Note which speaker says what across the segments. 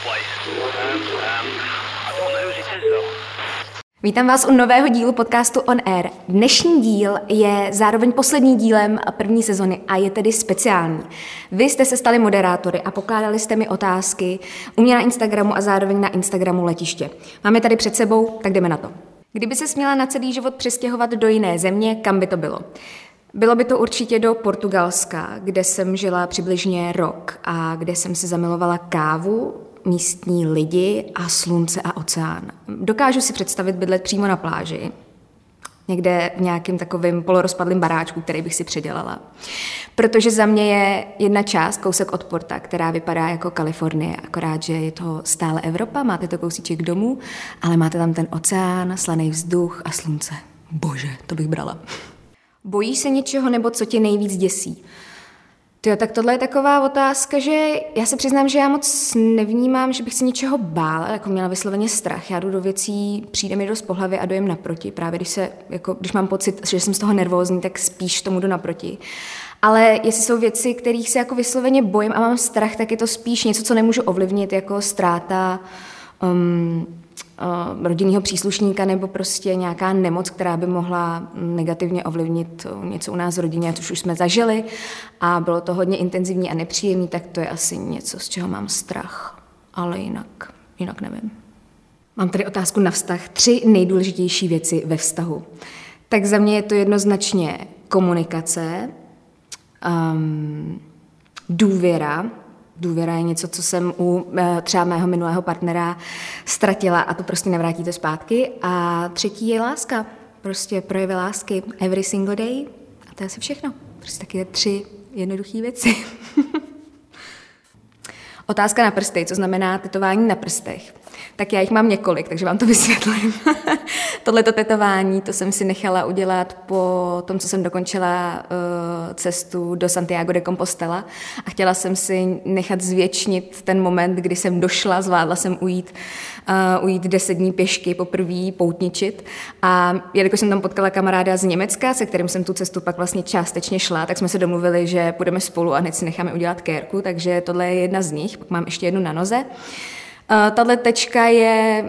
Speaker 1: Vítám vás u nového dílu podcastu On Air. Dnešní díl je zároveň poslední dílem první sezony a je tedy speciální. Vy jste se stali moderátory a pokládali jste mi otázky u mě na Instagramu a zároveň na Instagramu Letiště. Máme tady před sebou, tak jdeme na to. Kdyby se směla na celý život přestěhovat do jiné země, kam by to bylo? Bylo by to určitě do Portugalska, kde jsem žila přibližně rok a kde jsem si zamilovala kávu, místní lidi a slunce a oceán. Dokážu si představit bydlet přímo na pláži, někde v nějakém takovém polorozpadlém baráčku, který bych si předělala. Protože za mě je jedna část, kousek od Porta, která vypadá jako Kalifornie, akorát, že je to stále Evropa, máte to kousíček domů, ale máte tam ten oceán, slaný vzduch a slunce. Bože, to bych brala. Bojíš se něčeho, nebo co tě nejvíc děsí? Tyjo, tak tohle je taková otázka, že já se přiznám, že já moc nevnímám, že bych se něčeho bála, jako měla vysloveně strach. Já jdu do věcí, přijde mi dost po hlavě a dojem naproti. Právě když mám pocit, že jsem z toho nervózní, tak spíš tomu jdu naproti. Ale jestli jsou věci, kterých se jako vysloveně bojím a mám strach, tak je to spíš něco, co nemůžu ovlivnit, jako ztráta rodinného příslušníka nebo prostě nějaká nemoc, která by mohla negativně ovlivnit něco u nás v rodině, což už jsme zažili a bylo to hodně intenzivní a nepříjemný, tak to je asi něco, z čeho mám strach, ale jinak nevím. Mám tady otázku na vztah. 3 nejdůležitější věci ve vztahu. Tak za mě je to jednoznačně komunikace, důvěra. Důvěra je něco, co jsem u třeba mého minulého partnera ztratila a to prostě nevrátíte zpátky. A 3. je láska. Prostě projevy lásky every single day. A to je asi všechno. Prostě taky 3 jednoduché věci. Otázka na prsty, co znamená tetování na prstech. Tak já jich mám několik, takže vám to vysvětlím. Tohleto tetování, to jsem si nechala udělat po tom, co jsem dokončila cestu do Santiago de Compostela a chtěla jsem si nechat zvětšnit ten moment, kdy jsem došla, zvládla jsem ujít 10 dní pěšky poprvé poutničit a jelikož jsem tam potkala kamaráda z Německa, se kterým jsem tu cestu pak vlastně částečně šla, tak jsme se domluvili, že půjdeme spolu a hned si necháme udělat kérku, takže tohle je jedna z nich, pak mám ještě jednu na noze. Tahle tečka je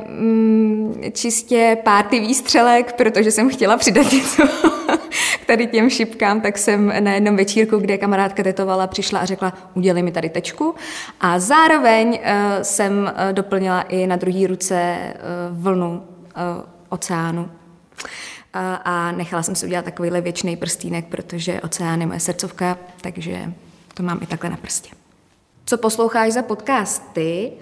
Speaker 1: čistě party výstřelek, protože jsem chtěla přidat něco k tady těm šipkám, tak jsem na jednom večírku, kde kamarádka tetovala, přišla a řekla, udělej mi tady tečku. A zároveň jsem doplnila i na druhé ruce vlnu oceánu. A nechala jsem si udělat takovýhle věčný prstýnek, protože oceán je moje srdcovka, takže to mám i takhle na prstě. Co posloucháš za podcasty?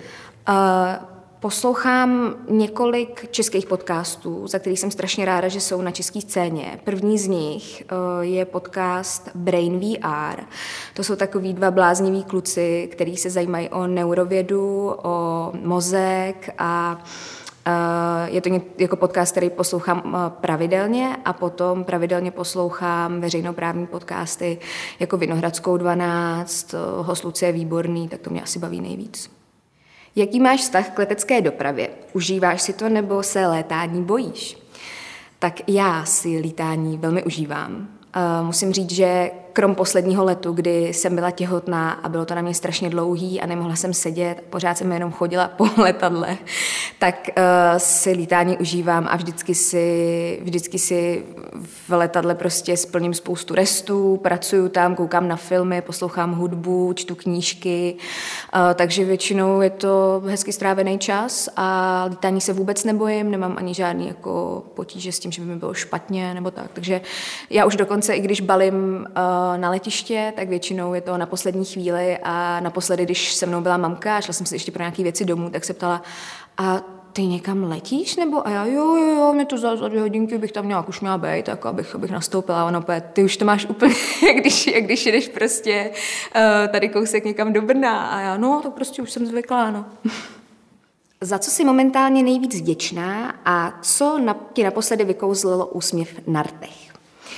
Speaker 1: Poslouchám několik českých podcastů, za kterých jsem strašně ráda, že jsou na české scéně. První z nich je podcast Brain VR. To jsou takový 2 blázniví kluci, kteří se zajímají o neurovědu, o mozek a je to jako podcast, který poslouchám pravidelně a potom pravidelně poslouchám veřejnoprávní podcasty jako Vinohradskou 12, Host Lucie Výborný, tak to mě asi baví nejvíc. Jaký máš vztah k letecké dopravě? Užíváš si to nebo se létání bojíš? Tak já si lítání velmi užívám. Musím říct, že krom posledního letu, kdy jsem byla těhotná a bylo to na mě strašně dlouhý a nemohla jsem sedět, pořád jsem jenom chodila po letadle, tak si lítání užívám a vždycky si v letadle prostě splním spoustu restů, pracuju tam, koukám na filmy, poslouchám hudbu, čtu knížky, takže většinou je to hezky strávený čas a lítání se vůbec nebojím, nemám ani žádný jako potíže s tím, že by mi bylo špatně nebo tak, takže já už dokonce, i když balím na letiště, tak většinou je to na poslední chvíli a naposledy, když se mnou byla mamka a šla jsem si ještě pro nějaké věci domů, tak se ptala, a ty někam letíš? Nebo a já jo, mě to za 2 hodinky bych tam nějak už měla být, tak abych nastoupila. Ono ty už to máš úplně, jak když jedeš prostě tady kousek někam do Brna. A já, no, to prostě už jsem zvyklá, no. Za co jsi momentálně nejvíc vděčná a co ti naposledy vykouzlilo úsměv na rtech?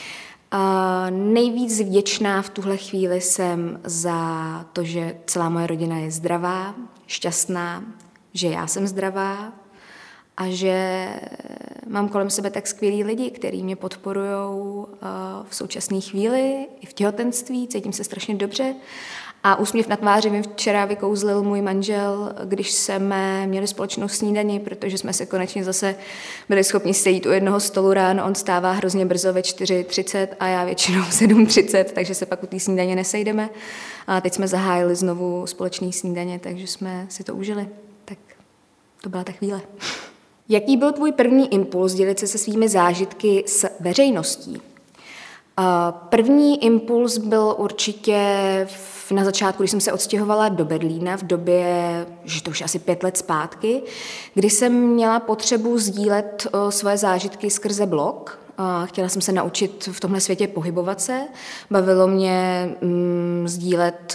Speaker 1: Nejvíc vděčná v tuhle chvíli jsem za to, že celá moje rodina je zdravá, šťastná, že já jsem zdravá a že mám kolem sebe tak skvělý lidi, kteří mě podporujou v současné chvíli, i v těhotenství, cítím se strašně dobře. A úsměv na tváři mi včera vykouzlil můj manžel, když jsme měli společnou snídani, protože jsme se konečně zase byli schopni sejít u jednoho stolu ráno. On stává hrozně brzo ve 4:30 a já většinou v 7:30, takže se pak u té snídaně nesejdeme. A teď jsme zahájili znovu společný snídaně, takže jsme si to užili. Tak to byla ta chvíle. Jaký byl tvůj první impuls dělit se svými zážitky s veřejností? První impuls byl určitě na začátku, když jsem se odstěhovala do Berlína v době, že to už asi 5 let zpátky, kdy jsem měla potřebu sdílet svoje zážitky skrze blog. Chtěla jsem se naučit v tomhle světě pohybovat se. Bavilo mě sdílet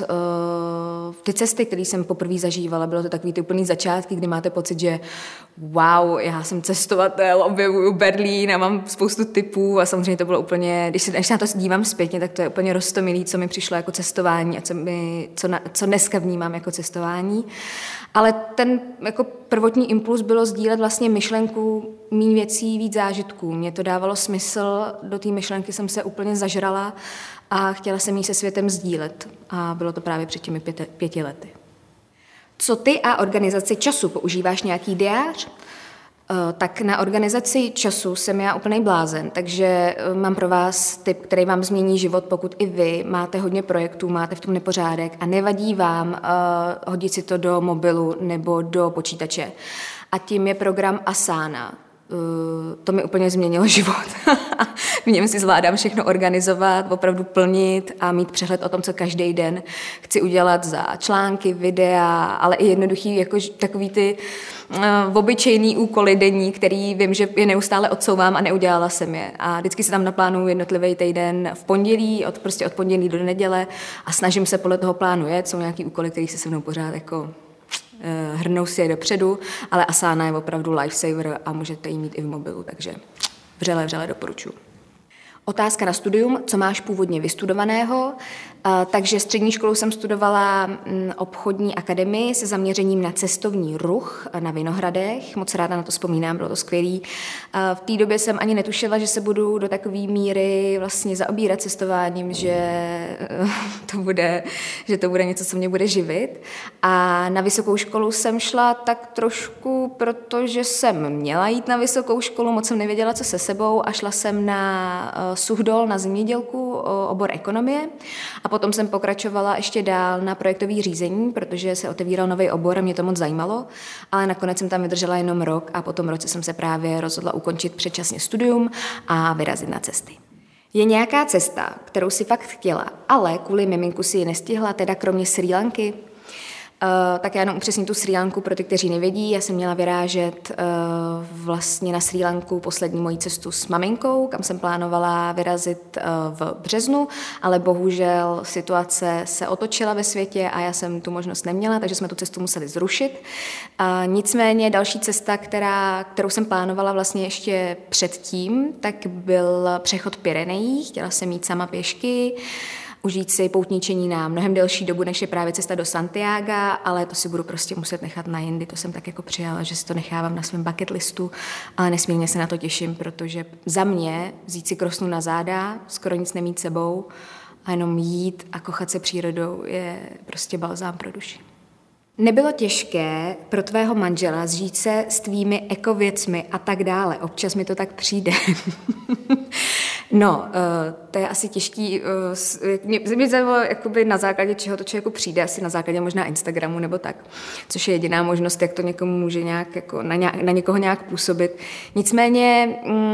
Speaker 1: ty cesty, které jsem poprvé zažívala. Bylo to takový ty úplný začátky, kdy máte pocit, že wow, já jsem cestovatel, objevuju Berlín a mám spoustu tipů a samozřejmě to bylo úplně, když se na to dívám zpětně, tak to je úplně roztomilý, co mi přišlo jako cestování a co dneska vnímám jako cestování. Ale ten jako prvotní impuls bylo sdílet vlastně myšlenku méně věcí, víc zážitků. Mně to dávalo smysl, do té myšlenky jsem se úplně zažrala a chtěla jsem ji se světem sdílet. A bylo to právě před těmi 5 lety. Co ty a organizaci času? Používáš nějaký diář? Tak na organizaci času jsem já úplnej blázen, takže mám pro vás tip, který vám změní život, pokud i vy máte hodně projektů, máte v tom nepořádek a nevadí vám hodit si to do mobilu nebo do počítače. A tím je program Asana. To mi úplně změnilo život. V něm si zvládám všechno organizovat, opravdu plnit a mít přehled o tom, co každý den chci udělat za články, videa, ale i jednoduchý, jako takový ty obyčejný úkoly denní, který vím, že je neustále odsouvám a neudělala jsem je. A vždycky si tam naplánuju jednotlivý týden v pondělí, od pondělí do neděle a snažím se podle toho plánu jet. Jsou nějaký úkoly, které se mnou pořád jako hrnou si je dopředu, ale Asana je opravdu lifesaver a můžete ji mít i v mobilu, takže vřele doporučuji. Otázka na studium, co máš původně vystudovaného, takže střední školu jsem studovala obchodní akademii se zaměřením na cestovní ruch na Vinohradech, moc ráda na to vzpomínám, bylo to skvělý. V té době jsem ani netušila, že se budu do takové míry vlastně zaobírat cestováním, že to bude něco, co mě bude živit. A na vysokou školu jsem šla tak trošku, protože jsem měla jít na vysokou školu, moc jsem nevěděla, co se sebou a šla jsem na Suchdol na zemědělku, obor ekonomie a potom jsem pokračovala ještě dál na projektové řízení, protože se otevíral nový obor a mě to moc zajímalo, ale nakonec jsem tam vydržela jenom rok a po tom roce jsem se právě rozhodla ukončit předčasně studium a vyrazit na cesty. Je nějaká cesta, kterou si fakt chtěla, ale kvůli miminku si ji nestihla, teda kromě Srí Lanky? Tak já jenom upřesním tu Srí Lanku pro ty, kteří nevědí. Já jsem měla vyrážet vlastně na Srí Lanku poslední moji cestu s maminkou, kam jsem plánovala vyrazit v březnu, ale bohužel situace se otočila ve světě a já jsem tu možnost neměla, takže jsme tu cestu museli zrušit. Nicméně další cesta, kterou jsem plánovala vlastně ještě předtím, tak byl přechod Pyrenejí. Chtěla jsem jít sama pěšky, užít si poutničení na mnohem delší dobu, než je právě cesta do Santiaga, ale to si budu prostě muset nechat na jindy. To jsem tak jako přijala, že si to nechávám na svém bucket listu, ale nesmírně se na to těším, protože za mě vzít si krosnu na záda, skoro nic nemít sebou a jenom jít a kochat se přírodou je prostě balzám pro duši. Nebylo těžké pro tvého manžela zžít se s tvými ekověcmi a tak dále. Občas mi to tak přijde. No, to je asi těžký. Mě zajímalo, jakoby na základě čeho to člověku přijde, asi na základě možná Instagramu nebo tak, což je jediná možnost, jak to někomu může nějak, jako na někoho nějak působit. Nicméně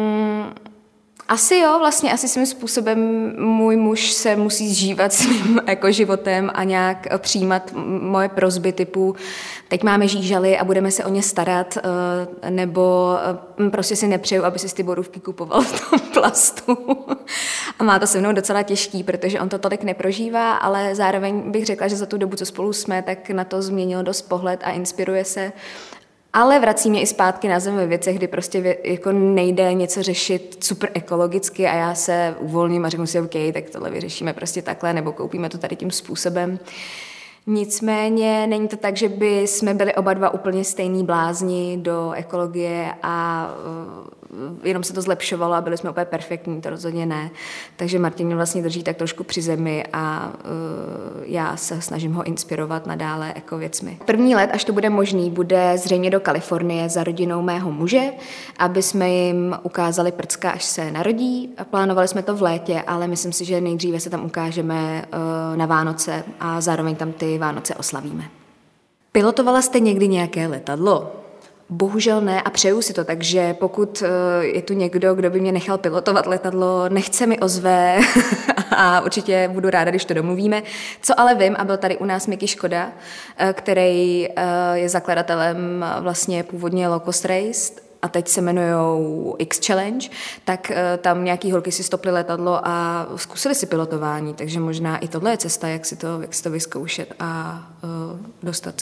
Speaker 1: asi svým způsobem můj muž se musí zžívat svým jako životem a nějak přijímat moje prosby typu teď máme žížaly a budeme se o ně starat, nebo prostě si nepřeju, aby si ty borůvky kupoval v tom plastu. A má to se mnou docela těžký, protože on to tolik neprožívá, ale zároveň bych řekla, že za tu dobu, co spolu jsme, tak na to změnil dost pohled a inspiruje se. Ale vrací mě i zpátky na zem ve věcech, kdy prostě jako nejde něco řešit super ekologicky a já se uvolním a řeknu si, OK, tak tohle vyřešíme prostě takhle, nebo koupíme to tady tím způsobem. Nicméně není to tak, že by jsme byli oba dva úplně stejný blázni do ekologie a jenom se to zlepšovalo a byli jsme úplně perfektní, to rozhodně ne. Takže Martin mě vlastně drží tak trošku při zemi a já se snažím ho inspirovat nadále ekověcmi. První let, až to bude možný, bude zřejmě do Kalifornie za rodinou mého muže, aby jsme jim ukázali prcka, až se narodí. Plánovali jsme to v létě, ale myslím si, že nejdříve se tam ukážeme na Vánoce a zároveň tam ty Vánoce oslavíme. Pilotovala jste někdy nějaké letadlo? Bohužel ne a přeju si to, takže pokud je tu někdo, kdo by mě nechal pilotovat letadlo, nechce mi ozve a určitě budu ráda, když to domluvíme. Co ale vím, a byl tady u nás Miky Škoda, který je zakladatelem vlastně původně Low Cost Race a teď se jmenujou X Challenge, tak tam nějaký holky si stoply letadlo a zkusili si pilotování, takže možná i tohle je cesta, jak si to vyzkoušet a dostat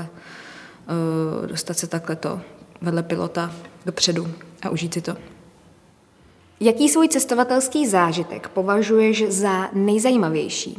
Speaker 1: se takhle vedle pilota dopředu a užít si to. Jaký svůj cestovatelský zážitek považuješ za nejzajímavější?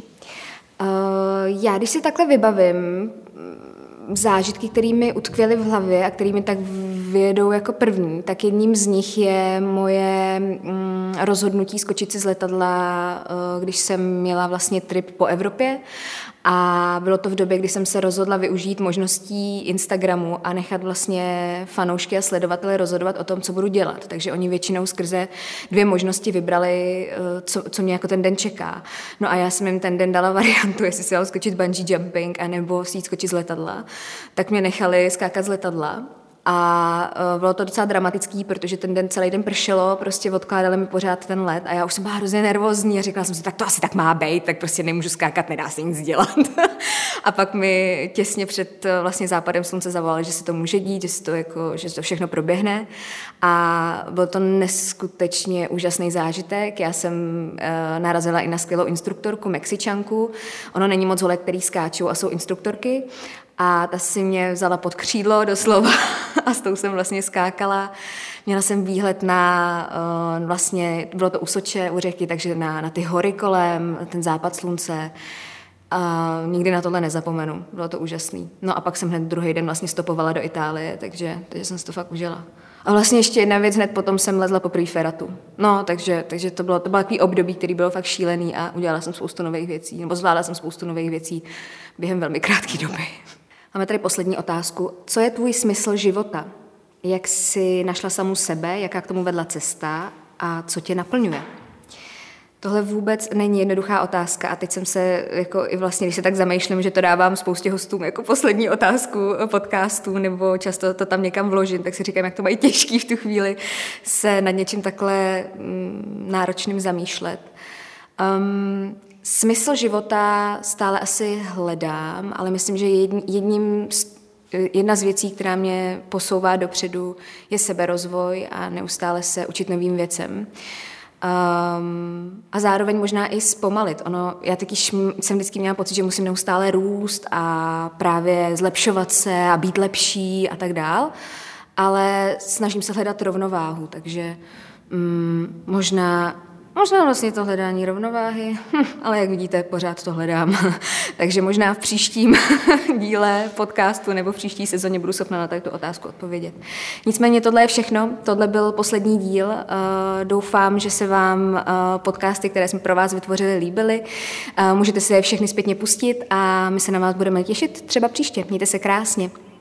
Speaker 1: Já, když si takhle vybavím zážitky, které mi utkvěly v hlavě a které mi tak vyjedou jako první, tak jedním z nich je moje rozhodnutí skočit si z letadla, když jsem měla vlastně trip po Evropě. A bylo to v době, kdy jsem se rozhodla využít možností Instagramu a nechat vlastně fanoušky a sledovatele rozhodovat o tom, co budu dělat. Takže oni většinou skrze 2 možnosti vybrali, co mě jako ten den čeká. No a já jsem jim ten den dala variantu, jestli si dala skočit bungee jumping, anebo si jít skočit z letadla. Tak mě nechali skákat z letadla. A bylo to docela dramatický, protože ten den celý den pršelo, prostě odkládali mi pořád ten let a já už jsem byla hrozně nervózní a říkala jsem si, tak to asi tak má být, tak prostě nemůžu skákat, nedá se nic dělat. A pak mi těsně před vlastně západem slunce zavolali, že se to může dít, že to všechno proběhne a byl to neskutečně úžasný zážitek. Já jsem narazila i na skvělou instruktorku, Mexičanku. Ono není moc holek, který skáčou a jsou instruktorky. A ta si mě vzala pod křídlo doslova a s tou jsem vlastně skákala. Měla jsem výhled na, vlastně bylo to u Soče, u řeky, takže na ty hory kolem, ten západ slunce. A nikdy na tohle nezapomenu, bylo to úžasný. No a pak jsem hned druhý den vlastně stopovala do Itálie, takže jsem si to fakt užila. A vlastně ještě jedna věc, hned potom jsem lezla poprvé feratu. No, takže to bylo takový období, který bylo fakt šílený a udělala jsem spoustu nových věcí, nebo zvládla jsem spoustu nových věcí během velmi krátké doby. Máme tady poslední otázku. Co je tvůj smysl života? Jak jsi našla samu sebe, jaká k tomu vedla cesta a co tě naplňuje? Tohle vůbec není jednoduchá otázka a teď jsem se, jako i vlastně, když se tak zamýšlím, že to dávám spoustě hostům jako poslední otázku podcastu nebo často to tam někam vložím, tak si říkám, jak to mají těžký v tu chvíli se nad něčím takhle náročným zamýšlet. Smysl života stále asi hledám, ale myslím, že jedna z věcí, která mě posouvá dopředu, je seberozvoj a neustále se učit novým věcem. A zároveň možná i zpomalit. Já taky jsem vždycky měla pocit, že musím neustále růst a právě zlepšovat se a být lepší a tak dál, ale snažím se hledat rovnováhu, takže možná vlastně to hledání rovnováhy, ale jak vidíte, pořád to hledám. Takže možná v příštím díle podcastu nebo v příští sezóně budu schopna na tu otázku odpovědět. Nicméně tohle je všechno, tohle byl poslední díl. Doufám, že se vám podcasty, které jsme pro vás vytvořili, líbily. Můžete si je všechny zpětně pustit a my se na vás budeme těšit třeba příště. Mějte se krásně.